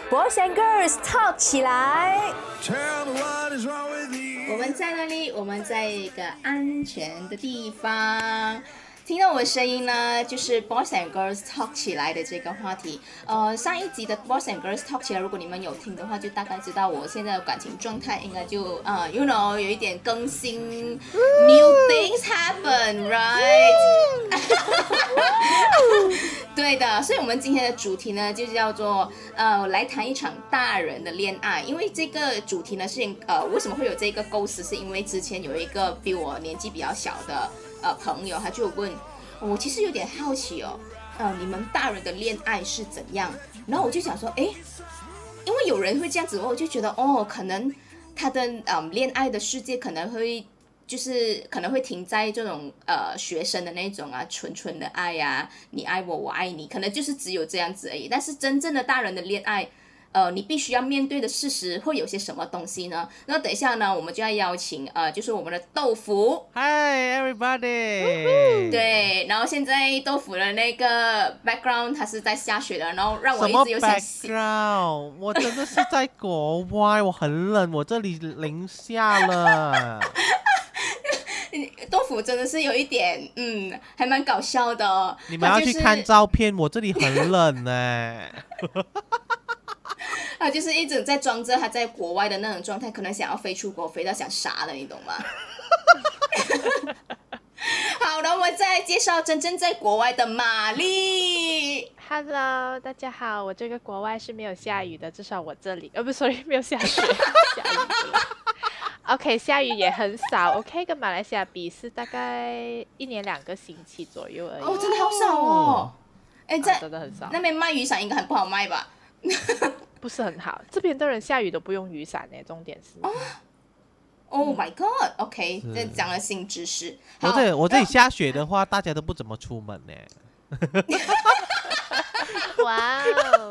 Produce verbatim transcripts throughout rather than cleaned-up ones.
Boys and Girls Talk 起来。 我们在哪里？我们在一个安全的地方。听到我的声音呢，就是 Boys and Girls Talk 起来的这个话题。呃，上一集的 Boys and Girls Talk 起来，如果你们有听的话，就大概知道我现在的感情状态应该就呃 ，you know 有一点更新 ，new things happen, right？ 对的，所以我们今天的主题呢，就叫做呃，来谈一场大人的恋爱。因为这个主题呢，是呃，为什么会有这个构思，是因为之前有一个比我年纪比较小的。呃，朋友他就问我，其实有点好奇哦，呃，你们大人的恋爱是怎样？然后我就想说，哎，因为有人会这样子问，我就觉得哦，可能他的嗯恋爱的世界可能会就是可能会停在这种呃学生的那种啊纯纯的爱呀、啊，你爱我，我爱你，可能就是只有这样子而已。但是真正的大人的恋爱。呃，你必须要面对的事实会有些什么东西呢？那等一下呢，我们就要邀请呃，就是我们的豆腐。 Hi everybody。 对，然后现在豆腐的那个 background 它是在下雪的，然后让我一直有想。 什么 background？ 我真的是在国外，我很冷，我这里零下了。 豆腐真的是有一点，嗯，还蛮搞笑的、哦。 你们要去看照片，我这里很冷呢。 他就是一直在装着他在国外的那种状态，可能想要飞出国，飞到想傻了，你懂吗？好，然后我们再介绍真正在国外的玛丽。 Hello， 大家好，我这个国外是没有下雨的，至少我这里，呃，不 ，sorry， 没有下雪，下雨了。OK， 下雨也很少 ，OK， 跟马来西亚比是大概一年两个星期左右而已。 哦，真的好少哦。哎、 啊， 在真的很少。 那边卖雨伞应该很不好卖吧？ 不是很好，这边的人下雨都不用雨伞呢。重点是。 哦 Oh my God！ OK， 这讲了新知识。 我这我这里下雪的话，大家都不怎么出门呢。 哇哦！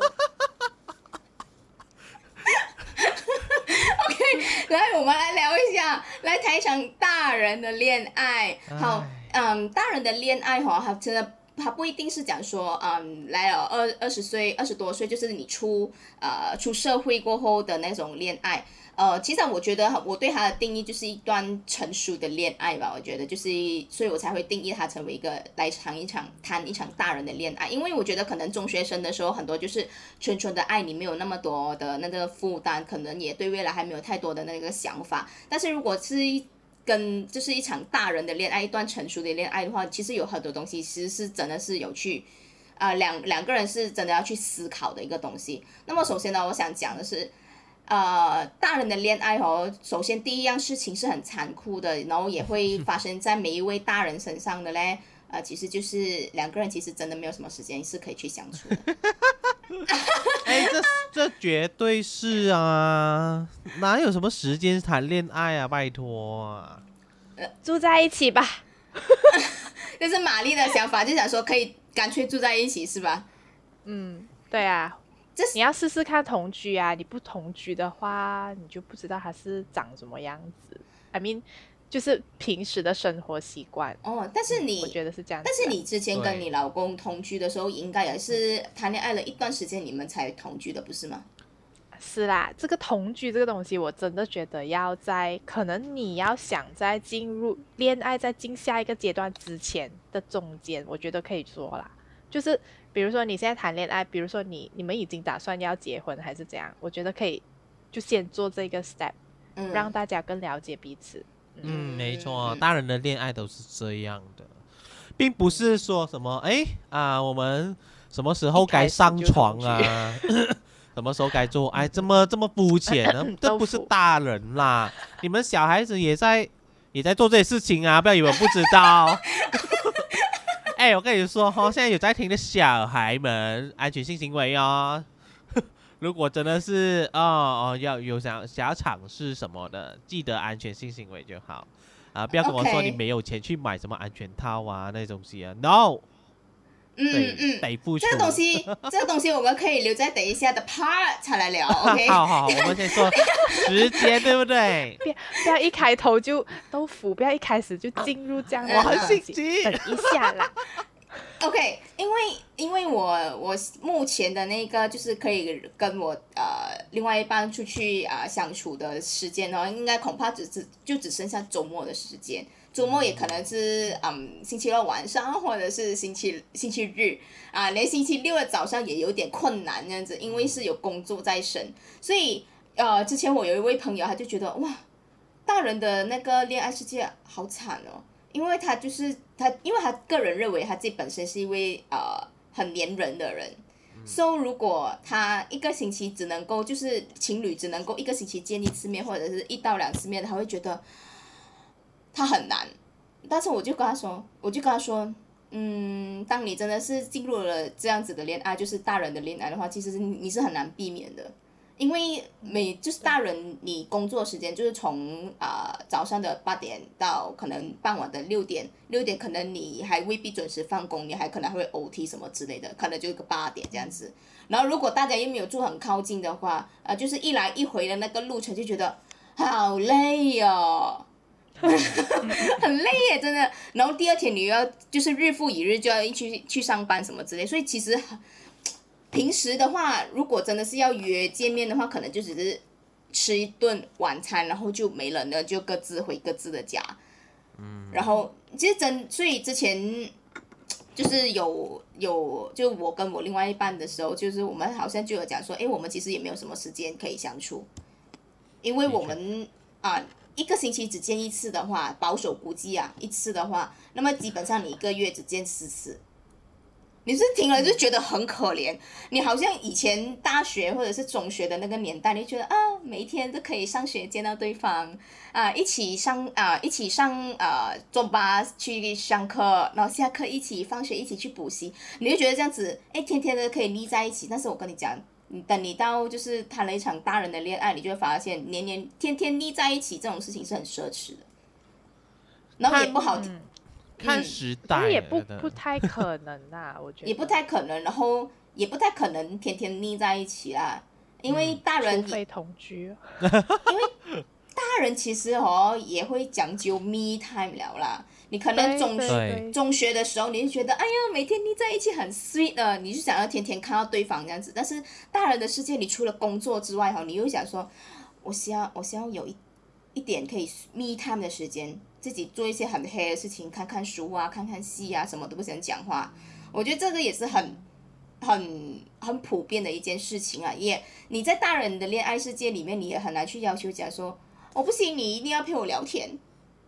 OK， 来，我们来聊一下，来谈一场大人的恋爱。好，嗯，大人的恋爱哈，它真的。他不一定是讲说，嗯，来了二二十岁、二十多岁，就是你出呃出社会过后的那种恋爱。呃，其实我觉得我对他的定义就是一段成熟的恋爱吧。我觉得就是，所以我才会定义它成为一个来谈一场谈一场大人的恋爱。因为我觉得可能中学生的时候很多就是纯纯的爱，你没有那么多的那个负担，可能也对未来还没有太多的那个想法。但是如果是跟就是一场大人的恋爱，一段成熟的恋爱的话，其实有很多东西其实是真的是有去，啊、呃、两两个人是真的要去思考的一个东西。那么首先呢，我想讲的是，呃，大人的恋爱哦，首先第一样事情是很残酷的，然后也会发生在每一位大人身上的嘞。呃，其实就是两个人其实真的没有什么时间是可以去相处的。 哎、欸，这这绝对是啊，哪有什么时间谈恋爱啊？拜托啊， 住在一起吧。 这是玛丽的想法，就想说可以干脆住在一起，是吧？ 嗯，对啊，这你要试试看同居啊！你不同居的话，你就不知道他是长什么样子。I mean， 就是平时的生活习惯。 哦，但是你， 我觉得是这样子、啊。 但是你之前跟你老公同居的时候，应该也是谈恋爱了一段时间，你们才同居的，不是吗？ 是啦，这个同居这个东西，我真的觉得要在可能你要想在进入恋爱，在进下一个阶段之前的中间，我觉得可以说啦，就是比如说你现在谈恋爱，比如说你你们已经打算要结婚还是怎样，我觉得可以就先做这个 step，、嗯、让大家更了解彼此。 嗯，没错，大人的恋爱都是这样的，并不是说什么哎啊，我们什么时候该上床啊？什么时候该做爱？这么这么肤浅呢？这不是大人啦，你们小孩子也在也在做这些事情啊！不要以为我不知道。哎、欸，我跟你说哈，现在有在听的小孩们，安全性行为哦。如果真的是哦哦要有想想要尝试什么的，记得安全性行为就好啊！不要跟我说你没有钱去买什么安全套啊那些东西啊 ，no。 嗯嗯， 得付出这个东西，这个东西我们可以留在等一下的 part 才来聊 ，OK？ 好好，我们先说时间，对不对？ 不要不要一开头就豆腐，不要一开始就进入这样的我很心急， 等一下啦。 OK，因为因为我我目前的那个就是可以跟我呃另外一半出去啊、呃、相处的时间呢，应该恐怕只只就只剩下周末的时间。周末也可能是嗯星期六晚上，或者是星期星期日啊，连星期六的早上也有点困难这样子，因为是有工作在身。所以呃，之前我有一位朋友，他就觉得哇，大人的那个恋爱世界好惨哦，因为他就是他，因为他个人认为他自己本身是一位呃很黏人的人。所以、so, 如果他一个星期只能够就是情侣只能够一个星期见一次面，或者是一到两次面，他会觉得他很难。但是我就跟他说，我就跟他说，嗯，当你真的是进入了这样子的恋爱，就是大人的恋爱的话，其实你是很难避免的，因为每就是大人，你工作时间就是从啊、呃、早上的八点到可能傍晚的六点，六点可能你还未必准时放工，你还可能还会 O T 什么之类的，可能就一个八点这样子。然后如果大家又没有住很靠近的话，呃，就是一来一回的那个路程就觉得好累哦。很累耶，真的。然后第二天你又要就是日复一日就要去去上班什么之类，所以其实平时的话，如果真的是要约见面的话，可能就只是吃一顿晚餐，然后就没了呢，就各自回各自的家。嗯。然后其实真，所以之前就是有有就我跟我另外一半的时候，就是我们好像就有讲说，哎，我们其实也没有什么时间可以相处，因为我们啊。一个星期只见一次的话，保守估计啊，一次的话，那么基本上你一个月只见四次，你是听了就觉得很可怜。你好像以前大学或者是中学的那个年代，你觉得啊，每一天都可以上学见到对方啊，一起上啊，一起上啊坐巴去上课，然后下课一起放学一起去补习，你就觉得这样子，哎，天天的可以腻在一起。但是我跟你讲。等你到就是谈了一场大人的恋爱，你就会发现年年天天腻在一起这种事情是很奢侈的，然后也不好听、嗯、 看时代、 嗯、也不不太可能啦我觉得也不太可能，然后也不太可能天天腻在一起啦，因为大人、嗯、 除非同居因为大人其实哦也会讲究 me time 了啦，你可能中学中学的时候，你就觉得哎呀，每天腻在一起很 sweet 的，你就想要天天看到对方这样子。但是大人的世界，你除了工作之外，哈，你又想说，我希望我希望有一一点可以 me time 的时间，自己做一些很黑的事情，看看书啊，看看戏啊，什么都不想讲话。我觉得这个也是很很很普遍的一件事情啊。也你在大人的恋爱世界里面，你也很难去要求讲说，我不行，你一定要陪我聊天，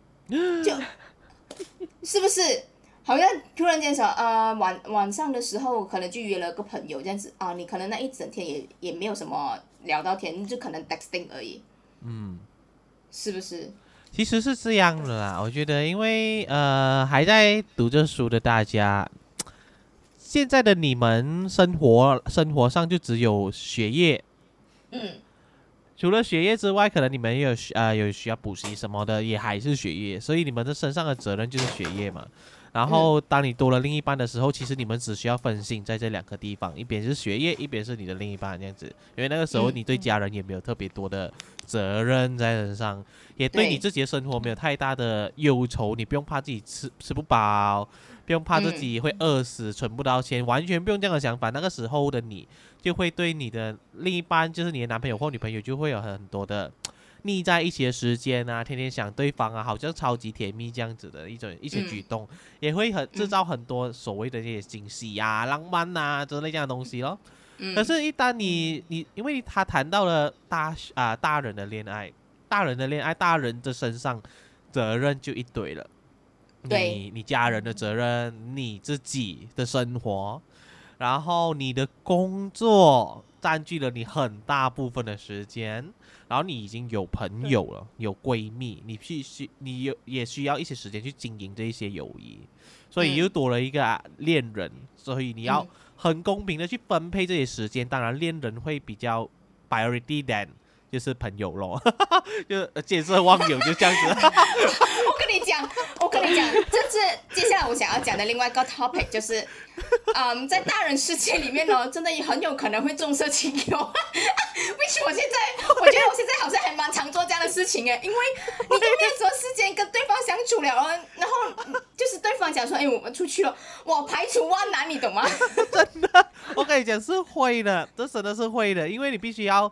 就是不是？好像突然间说，呃，晚晚上的时候可能就约了个朋友这样子啊，你可能那一整天也也没有什么聊到天，就可能 texting 而已，嗯，是不是？ 其实是这样的啦，我觉得，因为呃还在读着书的大家，现在的你们生活生活上就只有学业，嗯。除了学业之外，可能你们也有呃有需要补习什么的，也还是学业，所以你们的身上的责任就是学业嘛。然后当你多了另一半的时候，其实你们只需要分心在这两个地方，一边是学业，一边是你的另一半这样子。因为那个时候你对家人也没有特别多的责任在身上，也对你自己的生活没有太大的忧愁，你不用怕自己吃吃不饱，不用怕自己会饿死、存不到钱，完全不用这样的想法。那个时候的你就会对你的另一半，就是你的男朋友或女朋友，就会有很多的腻在一起的时间啊，天天想对方啊，好像超级甜蜜这样子的一种一些举动，嗯、也会很制造很多所谓的这些惊喜啊、浪漫啊之类这样的东西咯。嗯、可是，一旦你你因为他谈到了大啊、呃、大人的恋爱，大人的恋爱，大人的身上责任就一堆了。你你家人的责任，你自己的生活，然后你的工作占据了你很大部分的时间，然后你已经有朋友了，有闺蜜，你必须你有也需要一些时间去经营这一些友谊，所以又多了一个恋人，所以你要很公平的去分配这些时间。当然，恋人会比较 priority than 就是朋友咯，就见色忘友就这样子。 我跟你讲，我跟你讲，这是接下来我想要讲的另外一个 topic， 就是，嗯，在大人世界里面呢，真的也很有可能会重色轻友。which 我现在，我觉得我现在好像还蛮常做这样的事情诶，因为你都没有什么时间跟对方相处了，然后就是对方讲说，哎，我们出去了，哇，排除万难，你懂吗？ 真的，我跟你讲是会的，这真的是会的，因为你必须要。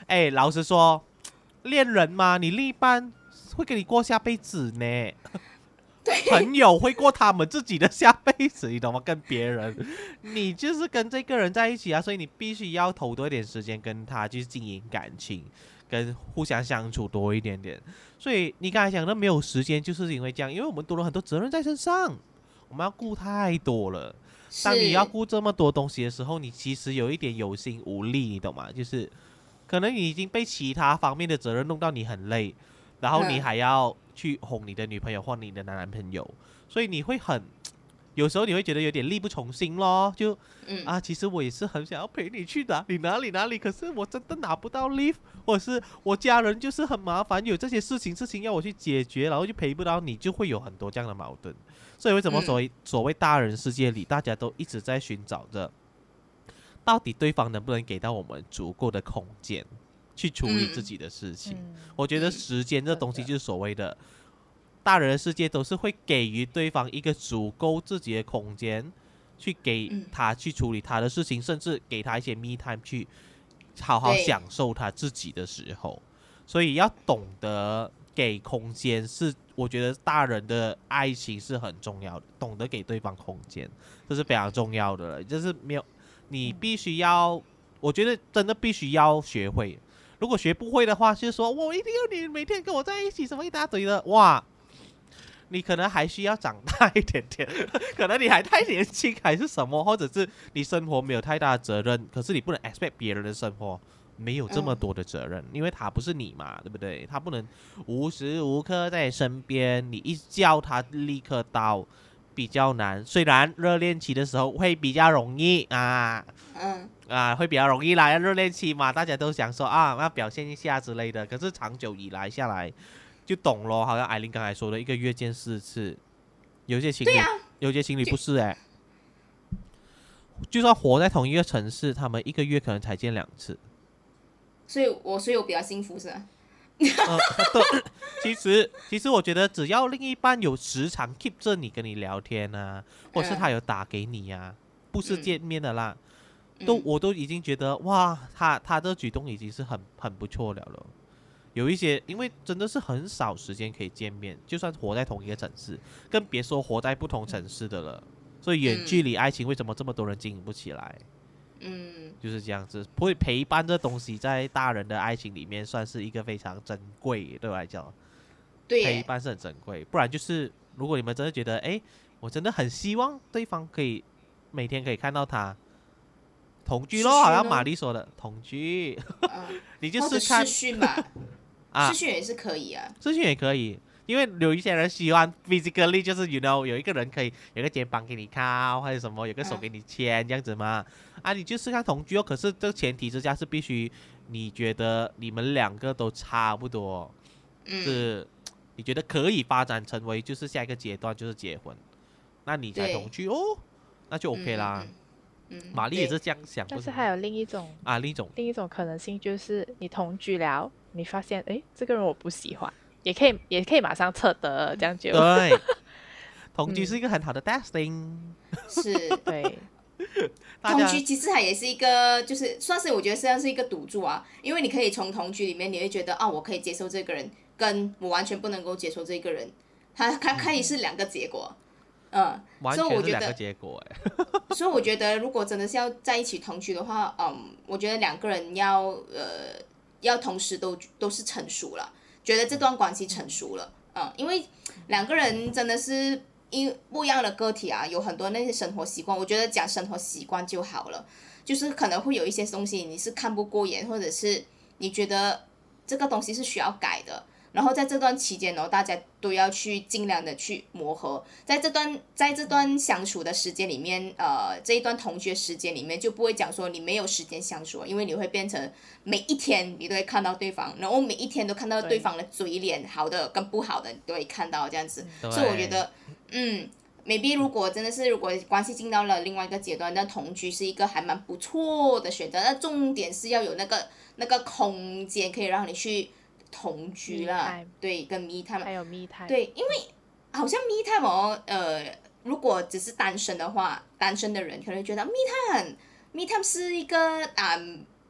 哎，老实说，恋人嘛，你另一半会跟你过下辈子呢。朋友会过他们自己的下辈子，你懂吗？跟别人，你就是跟这个人在一起啊，所以你必须要投多一点时间跟他去经营感情，跟互相相处多一点点。所以你刚才讲的没有时间，就是因为这样，因为我们多了很多责任在身上，我们要顾太多了。当你要顾这么多东西的时候，你其实有一点有心无力，你懂吗？就是可能你已经被其他方面的责任弄到你很累，然后你还要去哄你的女朋友或你的男朋友，所以你会很，有时候你会觉得有点力不从心咯，就、嗯、啊，其实我也是很想要陪你去哪里哪里哪里，可是我真的拿不到 leave， 或者是我家人就是很麻烦，有这些事情事情要我去解决，然后就陪不到你，就会有很多这样的矛盾。所以为什么所谓、嗯、所谓大人世界里，大家都一直在寻找着，到底对方能不能给到我们足够的空间去处理自己的事情、嗯、我觉得时间这东西就是所谓的大人的世界，都是会给予对方一个足够自己的空间去给他去处理他的事情、嗯、甚至给他一些 me time 去好好享受他自己的时候。所以要懂得给空间，是我觉得大人的爱情是很重要的，懂得给对方空间，这是非常重要的了。就是没有，你必须要，我觉得真的必须要学会。如果学不会的话，就是说我一定要你每天跟我在一起，什么一大堆的，哇，你可能还需要长大一点点，可能你还太年轻还是什么，或者是你生活没有太大的责任，可是你不能 expect 别人的生活没有这么多的责任、嗯、因为他不是你嘛，对不对？他不能无时无刻在你身边，你一叫他立刻到，比较难。虽然热恋期的时候会比较容易啊，嗯啊，会比较容易啦，热恋期嘛，大家都想说啊，要表现一下之类的。可是长久以来下来，就懂咯。好像艾琳刚才说的，一个月见四次，有些情侣，啊、有些情侣不是哎、欸，就算活在同一个城市，他们一个月可能才见两次。 所以我所以我比较幸福是吧？ 呃、其实其实我觉得只要另一半有时常 keep 着你跟你聊天啊，或者是他有打给你啊，不是见面的啦，嗯、都我都已经觉得哇，他他的举动已经是很很不错了了。有一些因为真的是很少时间可以见面，就算活在同一个城市，更别说活在不同城市的了。所以远距离爱情为什么这么多人经营不起来？嗯，就是这样子。会陪伴这东西在大人的爱情里面算是一个非常珍贵，对我来讲， 对， 陪伴是很珍贵。不然就是如果你们真的觉得，哎，我真的很希望对方可以每天可以看到他同居咯，好像玛丽说的同居，嗯、你就是看视讯嘛，啊，视讯也是可以啊， 视讯也可以。因为有一些人喜欢 physically， 就是 you know 有一个人可以有个肩膀给你靠，或者什么有个手给你牵、嗯、这样子嘛。啊，你就是看同居哦，可是这个前提之下是必须你觉得你们两个都差不多，嗯、是你觉得可以发展成为就是下一个阶段就是结婚，那你才同居哦，那就 OK 啦。嗯嗯、玛丽也是这样想。 但是还有另一种啊，另一种另一种可能性就是你同居了，你发现哎，这个人我不喜欢。也可以，也可以马上撤的，这样就对。同居是一个很好的 testing，、嗯、 是， 对。 同居其实它也是一个，就是算是我觉得像是一个赌注啊，因为你可以从同居里面，你会觉得啊，我可以接受这个人，跟我完全不能够接受这个人，它它可以是两个结果，嗯， 完全是两个结果哎。 所以我觉得，如果真的是要在一起同居的话，嗯，我觉得两个人要呃要同时都都是成熟了。觉得这段关系成熟了，嗯，因为两个人真的是因不一样的个体啊，有很多那些生活习惯，我觉得讲生活习惯就好了，就是可能会有一些东西你是看不过眼，或者是你觉得这个东西是需要改的，然后在这段期间呢，大家都要去尽量的去磨合，在这段在这段相处的时间里面，呃，这一段同居时间里面就不会讲说你没有时间相处，因为你会变成每一天你都会看到对方，然后每一天都看到对方的嘴脸，好的跟不好的你都会看到这样子，所以我觉得，嗯 ，maybe 如果真的是如果关系进到了另外一个阶段，那同居是一个还蛮不错的选择，那重点是要有那个那个空间可以让你去。同居啦，对，跟 me time， 还有 me time， 对，因为好像 me time 哦，呃，如果只是单身的话，单身的人可能会觉得 me time，me time 是一个啊、嗯，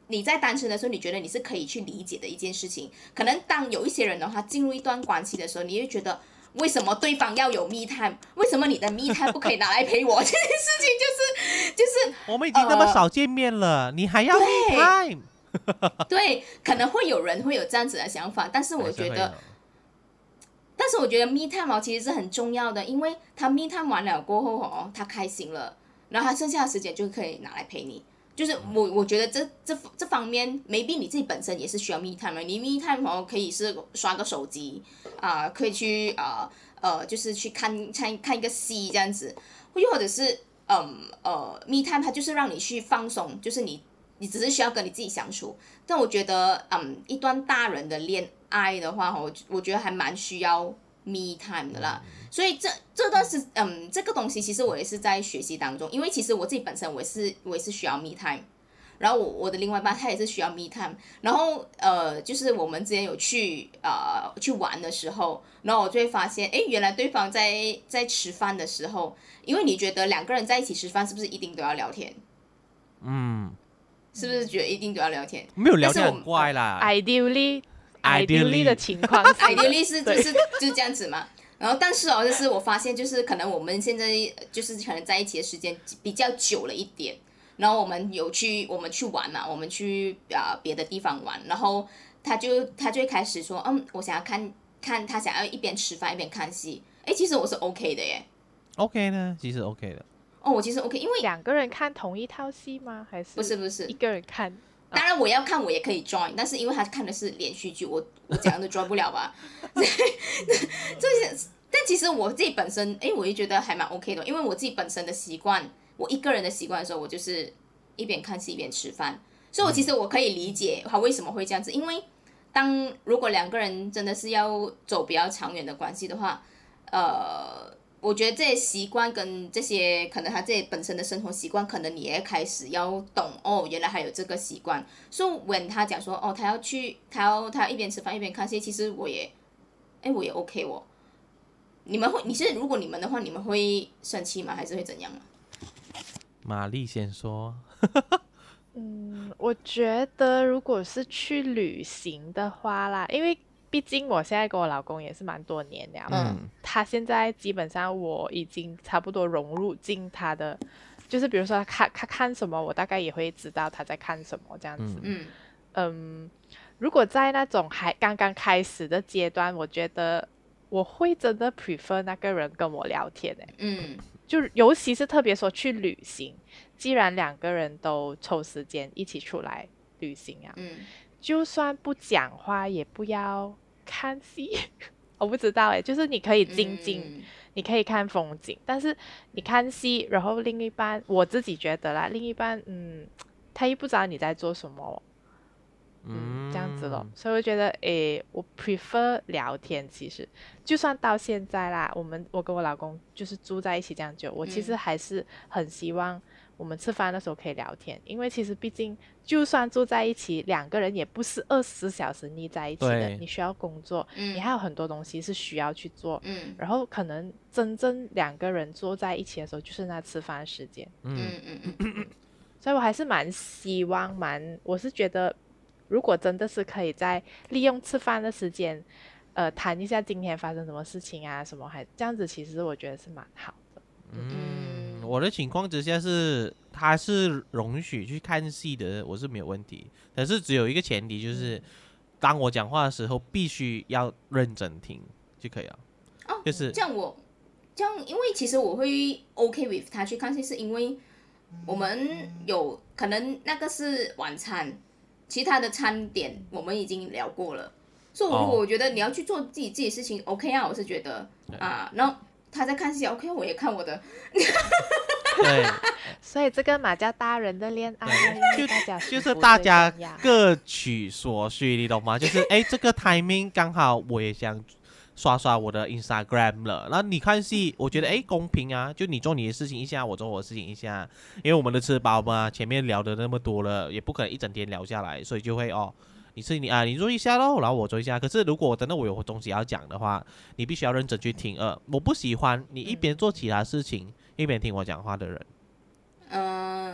你在单身的时候，你觉得你是可以去理解的一件事情。可能当有一些人的话进入一段关系的时候，你会觉得为什么对方要有 me time？ 为什么你的 me time 不可以拿来陪我？这件事情就是就是我们已经那么少见面了，呃、你还要 me time？ 对，可能会有人会有这样子的想法，但是我觉得。但是我觉得 me time 哦，其实是很重要的，因为他 me time 完了过后哦，他开心了，然后他剩下的时间就可以拿来陪你。就是我我觉得这这这方面 ，maybe 你自己本身也是需要 me time 的。你 me time 哦，可以是刷个手机啊、呃，可以去啊 呃, 呃，就是去看看看一个戏这样子，又或者是嗯呃 me time 它就是让你去放松，就是你你只是需要跟你自己相处。但我觉得嗯，一段大人的恋爱的话，我我觉得还蛮需要 me time 的啦。所以这这段是嗯，这个东西其实我也是在学习当中，因为其实我自己本身我也是我也是需要 me time， 然后我我的另外一半他也是需要 me time， 然后呃就是我们之前有去呃去玩的时候，然后我就会发现，哎，原来对方在在吃饭的时候，因为你觉得两个人在一起吃饭是不是一定都要聊天？ 嗯， 是不是觉得一定都要聊天？ 没有聊天很怪啦。 Ideally， Ideally 的情况 ，Ideally 是就是就是这样子嘛。然后，但是哦，就是我发现，就是可能我们现在就是可能在一起的时间比较久了一点，然后我们有去我们去玩嘛，我们去啊、呃、别的地方玩，然后他就他就会开始说，嗯，我想要看看他想要一边吃饭一边看戏，哎，其实我是 OK 的耶。 OK 呢，其实 OK 的。 哦，我其实 OK， 因为两个人看同一套戏吗？还是不是不是一个人看？ 当然我要看我也可以 join， 但是因为他看的是连续剧，我我怎样都 join 不了吧。这些，但其实我自己本身，哎，我也觉得还蛮 OK 的，因为我自己本身的习惯，我一个人的习惯的时候，我就是一边看戏一边吃饭，所以我其实我可以理解他为什么会这样子，因为当如果两个人真的是要走比较长远的关系的话，呃。我觉得这些习惯跟这些可能他自己本身的生活习惯，可能你也开始要懂哦，原来还有这个习惯。所以 when 他讲说哦，他要去，他要他要一边吃饭一边看戏，其实我也，哎，我也 OK 哦。你们会，你是如果你们的话，你们会生气吗？还是会怎样啊？ 玛丽先说。 嗯，我觉得如果是去旅行的话啦，因为。毕竟我现在跟我老公也是蛮多年了，嗯，他现在基本上我已经差不多融入进他的，就是比如说他看他看什么，我大概也会知道他在看什么这样子，嗯嗯，如果在那种还刚刚开始的阶段，我觉得我会真的 prefer 那个人跟我聊天诶，嗯，就尤其是特别说去旅行，既然两个人都抽时间一起出来旅行啊，嗯，就算不讲话也不要。看戏，我不知道哎，就是你可以静静，嗯、你可以看风景，但是你看戏，然后另一半，我自己觉得啦，另一半，嗯，他又不知道你在做什么，嗯，这样子咯，所以我觉得，诶，我 prefer 聊天，其实就算到现在啦，我们我跟我老公就是住在一起这样久，我其实还是很希望。我们吃饭的时候可以聊天，因为其实毕竟就算住在一起，两个人也不是二十四小时腻在一起的。你需要工作，嗯、你还有很多东西是需要去做。嗯，然后可能真正两个人坐在一起的时候，就是那吃饭的时间。嗯嗯嗯嗯。所以我还是蛮希望，蛮我是觉得，如果真的是可以在利用吃饭的时间，呃，谈一下今天发生什么事情啊，什么还这样子，其实我觉得是蛮好的。 嗯。我的情况之下是，他是容许去看戏的，我是没有问题。但是只有一个前提，就是当我讲话的时候，必须要认真听就可以了。 哦， 就是这样我这样，因为其实我会 OK with 他去看戏，是因为我们有可能那个是晚餐，其他的餐点我们已经聊过了。所以如果我觉得你要去做自己自己的事情 ，OK 啊，我是觉得啊，然后。他在看戏 ，OK， 我也看我的。 对， 所以这个嘛叫大人的恋爱， 就大家就是大家各取所需，你懂吗？就是哎，这个 timing 刚好我也想刷刷我的 Instagram 了，然后你看戏，我觉得哎公平啊，就你做你的事情一下，我做我的事情一下，因为我们的吃饱嘛，前面聊的那么多了，也不可能一整天聊下来，所以就会哦。你是你啊，你做一下咯，然后我做一下。可是如果真的我有东西要讲的话，你必须要认真去听。呃，我不喜欢你一边做其他事情、嗯、一边听我讲话的人。 嗯、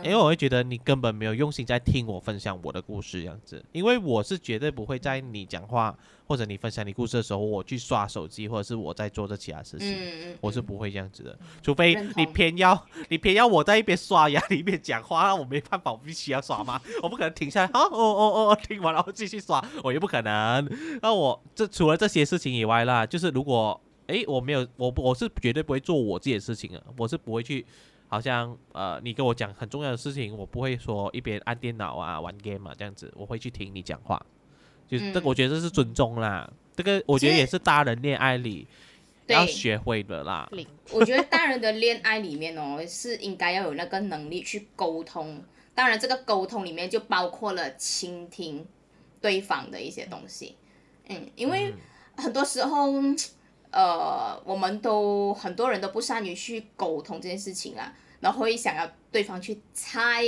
因为我会觉得你根本没有用心在听我分享我的故事这样子，因为我是绝对不会在你讲话或者你分享你故事的时候，我去刷手机或者是我在做这其他事情， 嗯， 我是不会这样子的，除非认同你偏要你偏要我在一边刷牙一边讲话，那我没办法，我必须要刷嘛，我不可能停下来，啊哦哦哦，听完然后继续刷，我也不可能。那我这除了这些事情以外啦，就是如果诶我没有我我是绝对不会做我自己的事情的，我是不会去。好像呃，你跟我讲很重要的事情，我不会说一边按电脑啊、玩 game 啊这样子，我会去听你讲话。就是这个，我觉得这是尊重啦。嗯、这个我觉得也是大人恋爱里要学会的啦。 我觉得大人的恋爱里面哦，是应该要有那个能力去沟通。当然，这个沟通里面就包括了倾听对方的一些东西。嗯，因为很多时候。呃，我们都很多人都不善于去沟通这件事情啊，然后会想要对方去猜。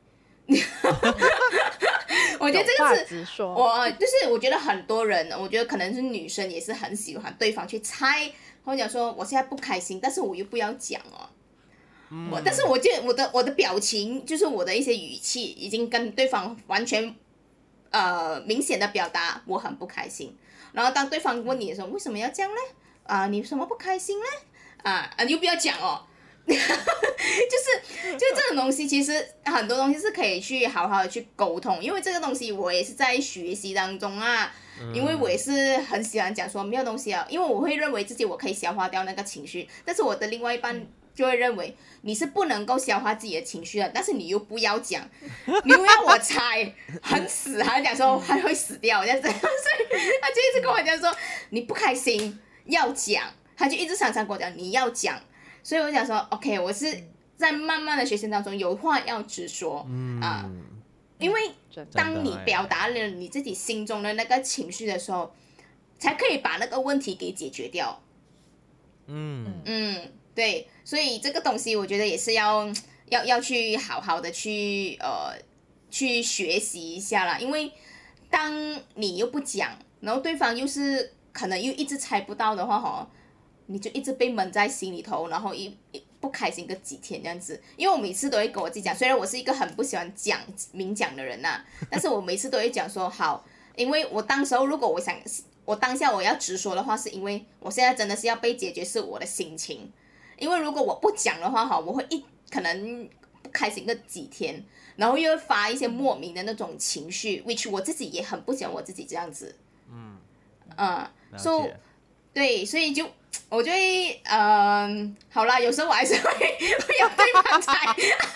我觉得这个是我就是我觉得很多人，我觉得可能是女生也是很喜欢对方去猜，或者说我现在不开心，但是我又不要讲哦。嗯、我但是我觉得我的我的表情，就是我的一些语气，已经跟对方完全呃明显的表达我很不开心。然后当对方问你的时候，为什么要这样呢？啊、呃，你什么不开心呢？啊啊，你又不要讲哦，就是就这种东西，其实很多东西是可以去好好的去沟通，因为这个东西我也是在学习当中啊，嗯、因为我也是很喜欢讲说没有东西啊，因为我会认为自己我可以消化掉那个情绪，但是我的另外一半就会认为你是不能够消化自己的情绪的，但是你又不要讲，你又要我猜，很死，还讲说还会死掉这样子，所以他就一直跟我讲说你不开心。要讲，他就一直常常跟我讲你要讲，所以我想说 ，OK， 我是在慢慢的学习当中有话要直说，嗯啊、呃，因为当你表达了你自己心中的那个情绪的时候，才可以把那个问题给解决掉。嗯嗯，对，所以这个东西我觉得也是要要要去好好的去呃去学习一下啦，因为当你又不讲，然后对方又是。可能又一直猜不到的话吼，你就一直被闷在心里头，然后一一不开心个几天这样子。因为我每次都会跟我自己讲，虽然我是一个很不喜欢讲明讲的人呐、啊，但是我每次都会讲说好，因为我当时候如果我想我当下我要直说的话，是因为我现在真的是要被解决是我的心情，因为如果我不讲的话哈，我会一可能不开心个几天，然后又会发一些莫名的那种情绪 ，which 我自己也很不喜欢我自己这样子。嗯嗯。So, 对，所以就我就会，嗯、呃，好啦，有时候我还是会会有对方猜。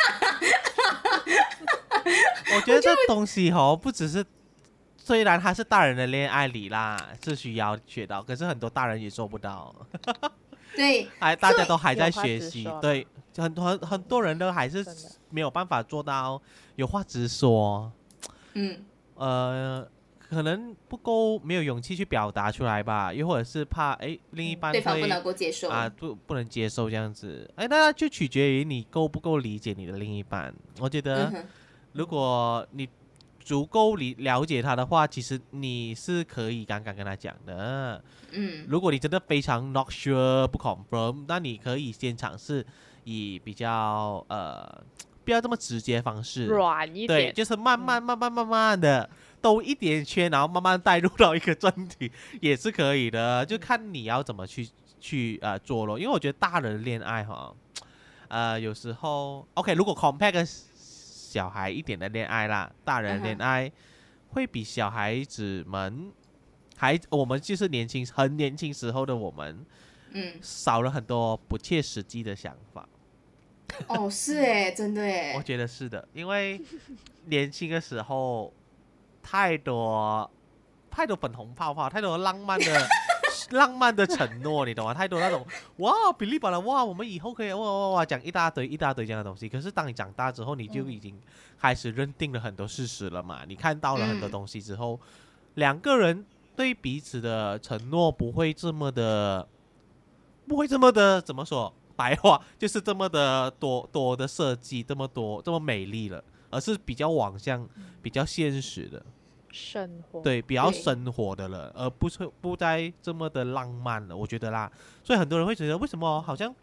我觉得这东西哦，不只是虽然它是大人的恋爱里啦，是需要学到，可是很多大人也做不到。 对， 还大家都还在学习，对，很多很多人都还是没有办法做到有话直说。嗯，呃。可能不够没有勇气去表达出来吧，又或者是怕哎另一半会、 对方不能够接受啊，不不能接受这样子，哎，那就取决于你够不够理解你的另一半。我觉得，嗯、如果你足够理了解他的话，其实你是可以刚刚跟他讲的。嗯，如果你真的非常 not sure 不 confirm， 那你可以先尝试以比较呃不要这么直接方式， 软一点， 对，就是慢慢慢慢慢慢的。兜一点圈，然后慢慢带入到一个正题，也是可以的，就看你要怎么去去呃做咯。因为我觉得大人恋爱哈，呃有时候 OK， 如果 compare 跟小孩一点的恋爱啦，大人恋爱会比小孩子们，孩我们就是年轻很年轻时候的我们，嗯，少了很多不切实际的想法。 哦，是哎，真的哎， 我觉得是的，因为年轻的时候。太多太多粉红泡泡，太多浪漫的浪漫的承诺，你懂吗？太多那种哇比利巴了哇，我们以后可以哇哇哇讲一大堆一大堆这样的东西。可是当你长大之后，你就已经开始认定了很多事实了嘛。你看到了很多东西之后，嗯、两个人对彼此的承诺不会这么的，不会这么的怎么说白话，就是这么的多多的设计，这么多这么美丽了。而是比较往向比较现实的生活， 对，比较生活的了，而不是不再这么的浪漫了，我觉得啦。所以很多人会觉得，为什么好像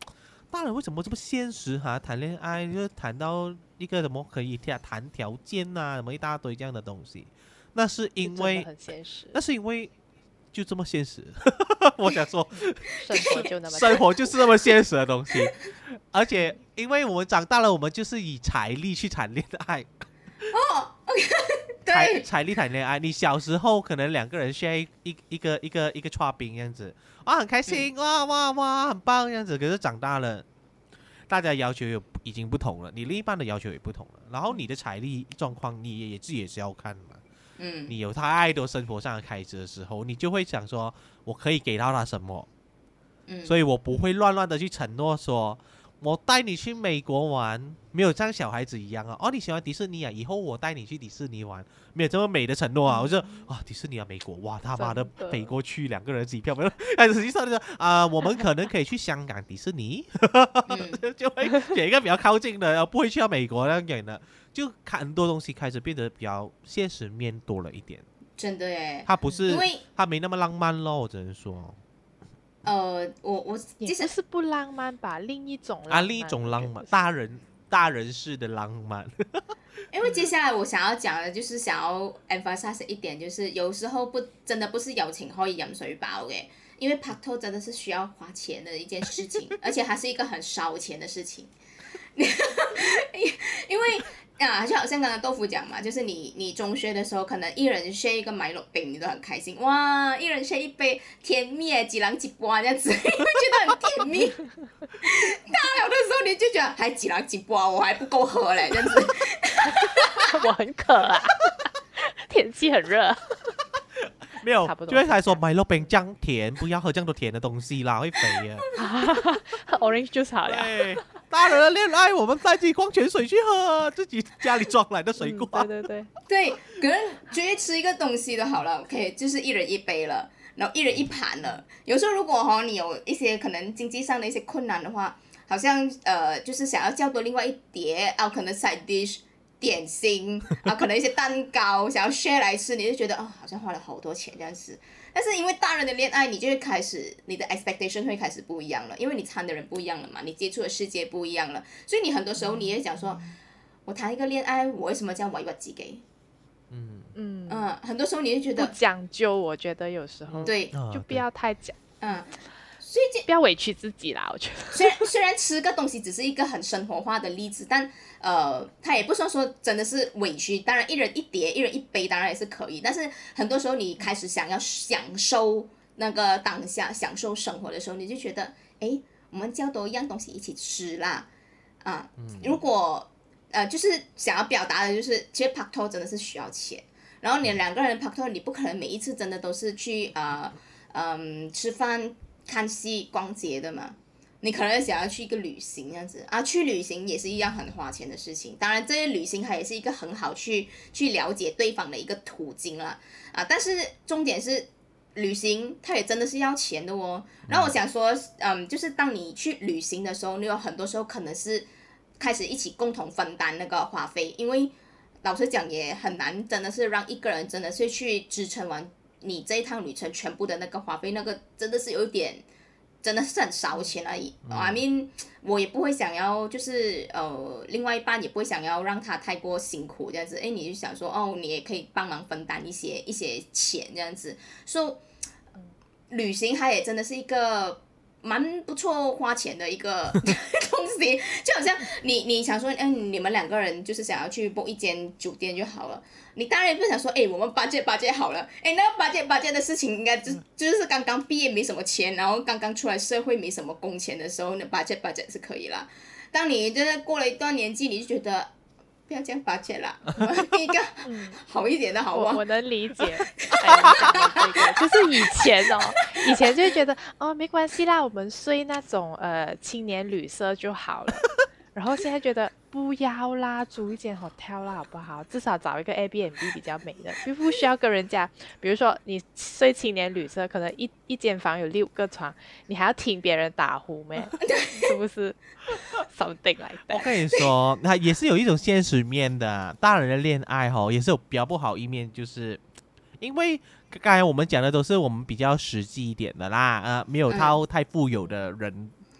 大人为什么这么现实哈、啊？谈恋爱就谈到一个什么可以谈条件呐、啊，什么一大堆这样的东西，那是因为很现实， 那是因为就这么现实。我想说， 生活就那么生活就是那么现实的东西，而且因为我们长大了，我们就是以财力去谈恋爱。 哦，OK， 对， 财财力谈恋爱，你小时候可能两个人 share 一一个一个一个刨冰这样子，哇，很开心，嗯、哇哇哇，很棒这样子。可是长大了，大家要求有已经不同了，你另一半的要求也不同了，然后你的财力状况你也也自己也是要看嘛。 嗯， 你有太多生活上的开支的时候，你就会想说，我可以给到他什么？ 嗯， 所以我不会乱乱的去承诺说，我带你去美国玩，没有像小孩子一样啊。哦，你喜欢迪士尼啊，以后我带你去迪士尼玩，没有这么美的承诺啊。我就啊，迪士尼啊，美国，哇，他妈的飞过去两个人机票，没有，但实际上就啊、呃，我们可能可以去香港迪士尼，嗯、就会选一个比较靠近的，不会去到美国那样的。就很多东西开始变得比较现实面多了一点， 真的耶， 它不是， 因为它没那么浪漫咯，我只能说， 呃，我我也不是不浪漫吧，另一种浪漫啊，另一种浪漫，大人大人式的浪漫。 因为接下来我想要讲的就是想要 emphasize 一点，就是有时候不真的不是有情可以飲水飽嘅，因为拍拖真的是需要花钱的一件事情，而且还是一个很烧钱的事情，因为。啊，就好像刚刚豆腐讲嘛，就是你你中学的时候，可能一人 share 一个买乐饼，你都很开心，哇，一人 share 一杯甜蜜，几人几波这样子，你会觉得很甜蜜。大了的时候，你就觉得还几人几波，我还不够喝嘞，这样子。 我很渴啊，天气很热。 没有，就会还说买乐饼这样甜，不要喝这样多甜的东西啦，会肥啊。 Orange juice 好了。 大人的恋爱，我们带自己矿泉水去喝，自己家里装来的水果。 嗯、对对对。 对，可能觉得吃一个东西的好了 ，OK， 就是一人一杯了，然后一人一盘了。有时候如果哈、哦、你有一些可能经济上的一些困难的话，好像呃就是想要叫多另外一碟啊，可能 side dish。点心啊，可能一些蛋糕想要 share 来吃，你就觉得啊、哦，好像花了好多钱这样子。但是因为大人的恋爱，你就会开始你的 expectation 会开始不一样了，因为你参的人不一样了嘛，你接触的世界不一样了，所以你很多时候你也讲说，我谈一个恋爱，我为什么这样委屈自己？ 嗯嗯嗯，很多时候你就觉得不讲究，我觉得有时候对， 就不要太讲， 嗯。所以不要委屈自己啦，我觉得。 虽然虽然吃个东西只是一个很生活化的例子，但呃，它也不算说真的是委屈。当然，一人一碟，一人一杯，当然也是可以。但是很多时候，你开始想要享受那个当下，享受生活的时候，你就觉得，哎，我们叫多一样东西一起吃啦，啊，嗯、如果呃，就是想要表达的就是，其实拍拖真的是需要钱。然后你两个人拍拖，你不可能每一次真的都是去呃嗯吃饭。看戏、逛街的嘛，你可能想要去一个旅行这样子啊，去旅行也是一样很花钱的事情。当然，这些旅行它也是一个很好去去了解对方的一个途径啦啊。但是重点是，旅行它也真的是要钱的哦。然后我想说，嗯，就是当你去旅行的时候，你有很多时候可能是开始一起共同分担那个花费，因为老实讲也很难，真的是让一个人真的是去支撑完。你这一趟旅程全部的那个花费，那个真的是有一点，真的是很烧钱而已。嗯、I mean， 我也不会想要，就是呃，另外一半也不会想要让他太过辛苦这样子。哎，你就想说，哦，你也可以帮忙分担一些一些钱这样子。所以，旅行它也真的是一个蛮不错花钱的一个东西，就好像你你想说，嗯，你们两个人就是想要去 book 一间酒店就好了。你当然不想说，哎、欸，我们budget budget好了，哎、欸，那 budget budget 的事情应该就就是刚刚毕业没什么钱，然后刚刚出来社会没什么工钱的时候，那 budget budget 是可以啦。当你真的过了一段年纪，你就觉得不要这样 budget 啦，我们一个好一点的好不好？ 我我能理解，哎，你讲的这个就是以前哦，以前就会觉得哦没关系啦，我们睡那种呃青年旅社就好了。然后现在觉得不要啦，租一间 hotel 啦，好不好？至少找一个 Airbnb 比较美的，不需要跟人家。比如说你睡青年旅社，可能一一间房有六个床，你还要听别人打呼咩？是不是 ？Something like that。 我跟你说，它也是有一种现实面的。大人的恋爱哈，也是有比较不好一面，就是因为刚才我们讲的都是我们比较实际一点的啦，呃，没有他太富有的人。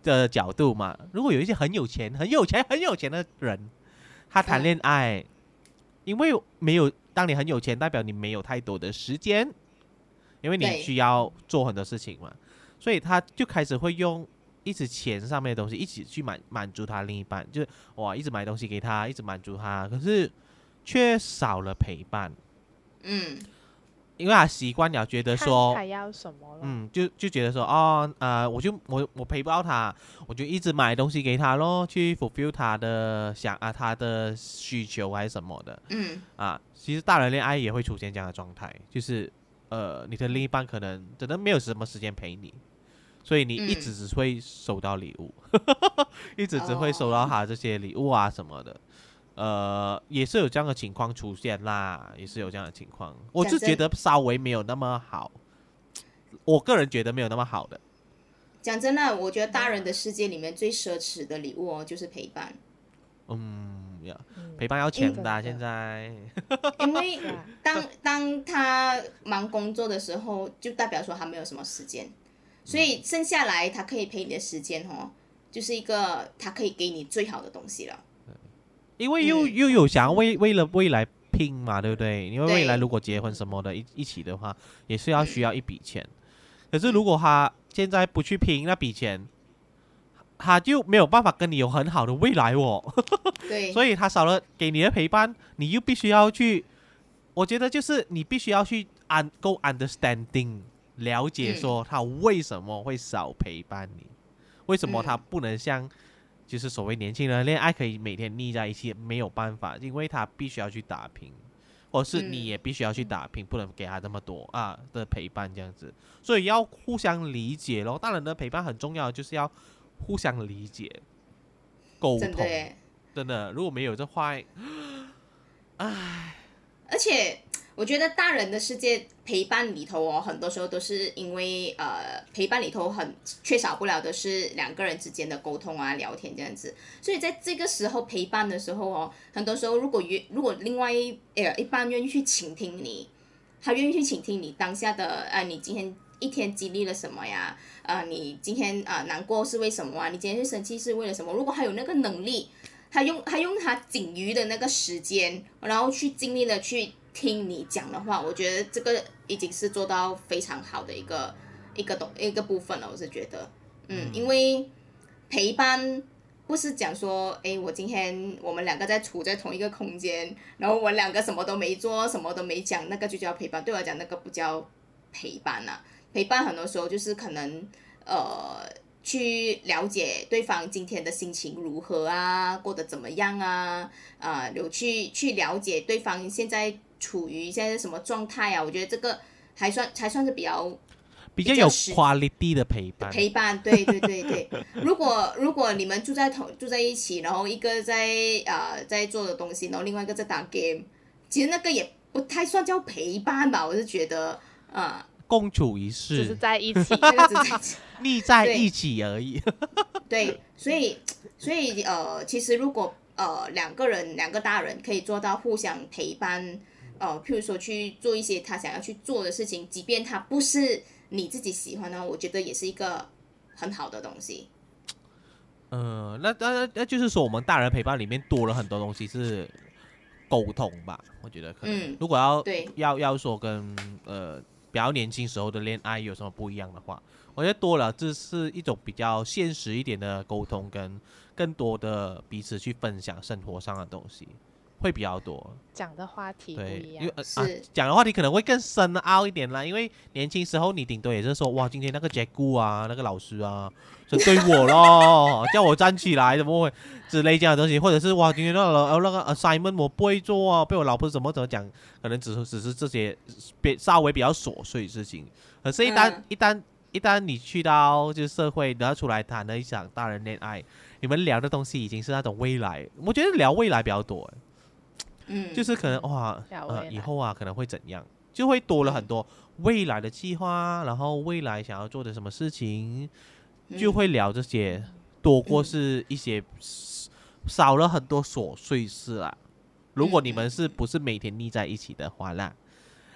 的角度嘛，如果有一些很有钱、很有钱、很有钱的人，他谈恋爱，因为没有当你很有钱，代表你没有太多的时间，因为你需要做很多事情嘛，所以他就开始会用一直钱上面的东西一起去满满足他另一半，就是哇，一直买东西给他，一直满足他，可是却少了陪伴。 嗯。 因为他习惯了，觉得说他要什么了， 嗯，就就觉得说哦，呃，我就我我陪不到他，我就一直买东西给他咯，去 fulfill 他的想啊他的需求还是什么的， 嗯啊，其实大人恋爱也会出现这样的状态，就是呃，你的另一半可能真的没有什么时间陪你，所以你一直只会收到礼物，嗯、一直只会收到他这些礼物啊什么的。呃，也是有这样的情况出现啦，也是有这样的情况。我是觉得稍微没有那么好，我个人觉得没有那么好的。 讲真的，我觉得大人的世界里面最奢侈的礼物哦，就是陪伴。 嗯呀，陪伴要钱的、啊， 嗯、 现在。 因为当当他忙工作的时候，就代表说他没有什么时间，所以剩下来他可以陪你的时间哦，就是一个他可以给你最好的东西了。 因为又、嗯、又有想要为为了未来拼嘛，对不对？因为未来如果结婚什么的一一起的话，也是要需要一笔钱。可是如果他现在不去拼那笔钱，他就没有办法跟你有很好的未来哦。 对， 所以他少了给你的陪伴，你又必须要去，我觉得就是你必须要去 un, go understanding 了解说他为什么会少陪伴你，嗯、为什么他不能像。就是所谓年轻人恋爱可以每天腻在一起，没有办法，因为他必须要去打拼，或是你也必须要去打拼，嗯、不能给他那么多啊的陪伴这样子，所以要互相理解咯。当然的陪伴很重要，就是要互相理解、沟通。真的，真的，如果没有这话，唉。 而且我觉得大人的世界陪伴里头哦，很多时候都是因为呃陪伴里头很缺少不了的是两个人之间的沟通啊、聊天这样子，所以在这个时候陪伴的时候哦，很多时候如果如果另外一呃一半愿意去倾听你，他愿意去倾听你当下的呃你今天一天经历了什么呀？呃你今天啊、呃、难过是为什么啊？你今天生气是为了什么？如果他有那个能力，他用他用他仅余的那个时间，然后去尽力的去听你讲的话，我觉得这个已经是做到非常好的一个一个一个部分了。我是觉得，嗯，因为陪伴不是讲说，哎，我今天我们两个在处在同一个空间，然后我们两个什么都没做，什么都没讲，那个就叫陪伴。对我来讲，那个不叫陪伴啊。陪伴很多时候就是可能，呃。去了解对方今天的心情如何啊，过得怎么样啊？啊、呃，有去去了解对方现在处于现在什么状态啊？我觉得这个还算还算是比较比较有 quality 的陪伴。 陪伴，对对对对。如果如果你们住在同住在一起，然后一个在啊、呃、在做的东西，然后另外一个在打 game， 其实那个也不太算叫陪伴吧？我是觉得啊。呃共处一室， 只是在一起， 那个只在腻在一起而已。 对，所以所以呃，其实如果呃两个人两个大人可以做到互相陪伴，呃，譬如说去做一些他想要去做的事情，即便他不是你自己喜欢的，我觉得也是一个很好的东西。 呃，那那那就是说，我们大人陪伴里面多了很多东西是沟通吧？我觉得可能， 嗯、 如果要对要要说跟呃。比较年轻时候的恋爱有什么不一样的话，我觉得多了这是一种比较现实一点的沟通，跟更多的彼此去分享生活上的东西会比较多。 讲的话题不一样， 因为、呃、啊讲的话题可能会更深奥一点啦。因为年轻时候你顶多也是说哇，今天那个杰姑啊，那个老师啊，针对我咯，叫我站起来，怎么会之类这样的东西，或者是哇，今天那个那个 assignment 我不会做啊，被我老婆怎么怎么讲，可能只是只是这些别稍微比较琐碎的事情。可是，一旦、嗯、一旦一旦你去到就是社会，然后出来谈了一场大人恋爱，你们聊的东西已经是那种未来，我觉得聊未来比较多。 嗯， 就是可能哇，呃，以后啊可能会怎样，就会多了很多未来的计划，然后未来想要做的什么事情，就会聊这些，多过是一些少了很多琐碎事啊。如果你们是不是每天腻在一起的话啦，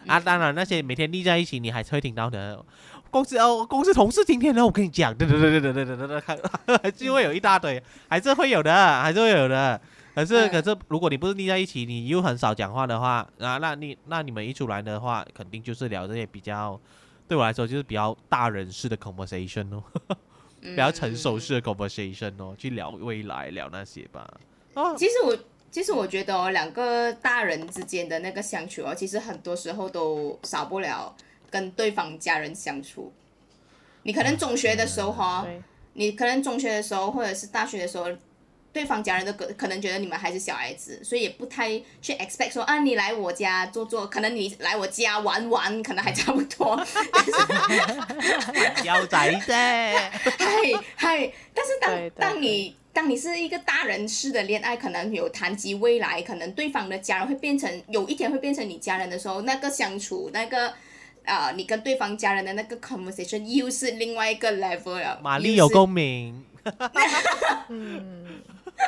啊，当然那些每天腻在一起，你还是会听到的。公司哦，公司同事今天呢，我跟你讲，对对对对对对对对，还是会有一大堆，还是会有的，还是会有的。可是、嗯、可是，如果你不是腻在一起，你又很少讲话的话，啊，那你那你们一出来的话，肯定就是聊这些比较，对我来说就是比较大人式的 conversation 哦，比较成熟式的 conversation 哦，去聊未来，聊那些吧。 哦、其实我其实我觉得哦，两个大人之间的那个相处哦，其实很多时候都少不了跟对方家人相处。你可能中学的时候哈、哦，你可能中学的时候或者是大学的时候。对方家人都可能觉得你们还是小孩子，所以也不太去 expect 说啊，你来我家坐坐，可能你来我家玩玩，可能还差不多。 小仔啫， 嗨嗨，但是当对对对当你当你是一个大人式的恋爱，可能有谈及未来，可能对方的家人会变成有一天会变成你家人的时候，那个相处那个。啊、呃，你跟对方家人的那个 conversation 又是另外一个 level 了。 玛丽有共鸣。 嗯，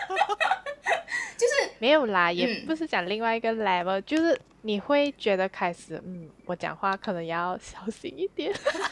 就是没有啦，也不是讲另外一个 level，、嗯、就是你会觉得开始，嗯，我讲话可能要小心一点。